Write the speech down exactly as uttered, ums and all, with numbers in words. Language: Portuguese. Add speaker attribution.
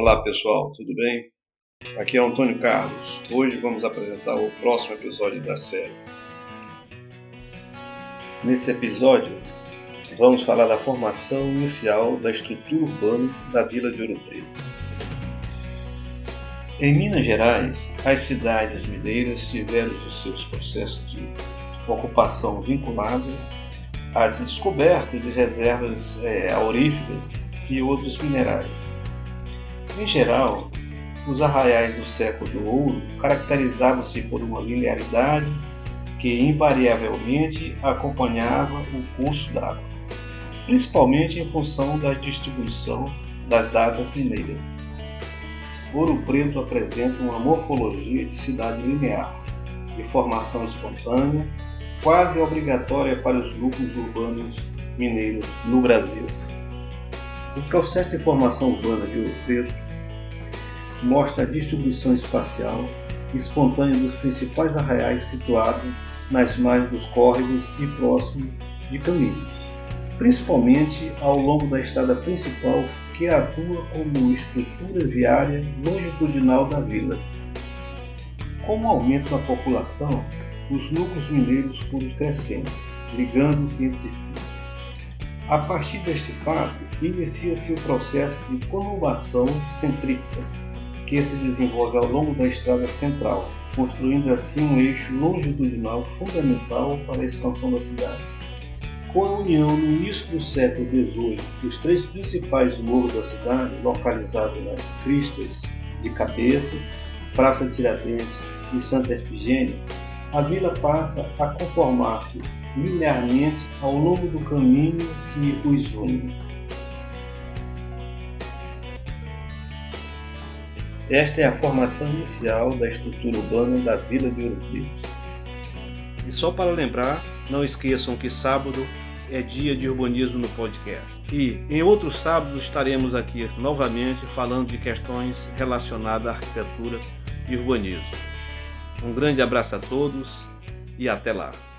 Speaker 1: Olá pessoal, tudo bem? Aqui é o Antônio Carlos. Hoje vamos apresentar o próximo episódio da série. Nesse episódio, vamos falar da formação inicial da estrutura urbana da Vila de Ouro Preto. Em Minas Gerais, as cidades mineiras tiveram os seus processos de ocupação vinculados às descobertas de reservas é, auríferas e outros minerais. Em geral, os arraiais do século do ouro caracterizavam-se por uma linearidade que invariavelmente acompanhava o curso d'água, principalmente em função da distribuição das datas mineiras. Ouro Preto apresenta uma morfologia de cidade linear, de formação espontânea, quase obrigatória para os grupos urbanos mineiros no Brasil. O processo de formação urbana de Ouro Preto mostra a distribuição espacial espontânea dos principais arraiais situados nas margens dos córregos e próximos de caminhos, principalmente ao longo da estrada principal que atua como estrutura viária longitudinal da vila. Com o aumento da população, os núcleos mineiros foram crescendo, ligando-se entre si. A partir deste fato, inicia-se o processo de conurbação centrípeta, que se desenvolve ao longo da estrada central, construindo assim um eixo longitudinal fundamental para a expansão da cidade. Com a união no início do século dezoito dos três principais morros da cidade, localizados nas Cristas de Cabeça, Praça Tiradentes e Santa Efigênia, a vila passa a conformar-se linearmente ao longo do caminho que os une. Esta é a formação inicial da estrutura urbana da Vila de Ouro Preto. E só para lembrar, não esqueçam que sábado é dia de urbanismo no podcast. E em outros sábados estaremos aqui novamente falando de questões relacionadas à arquitetura e urbanismo. Um grande abraço a todos e até lá!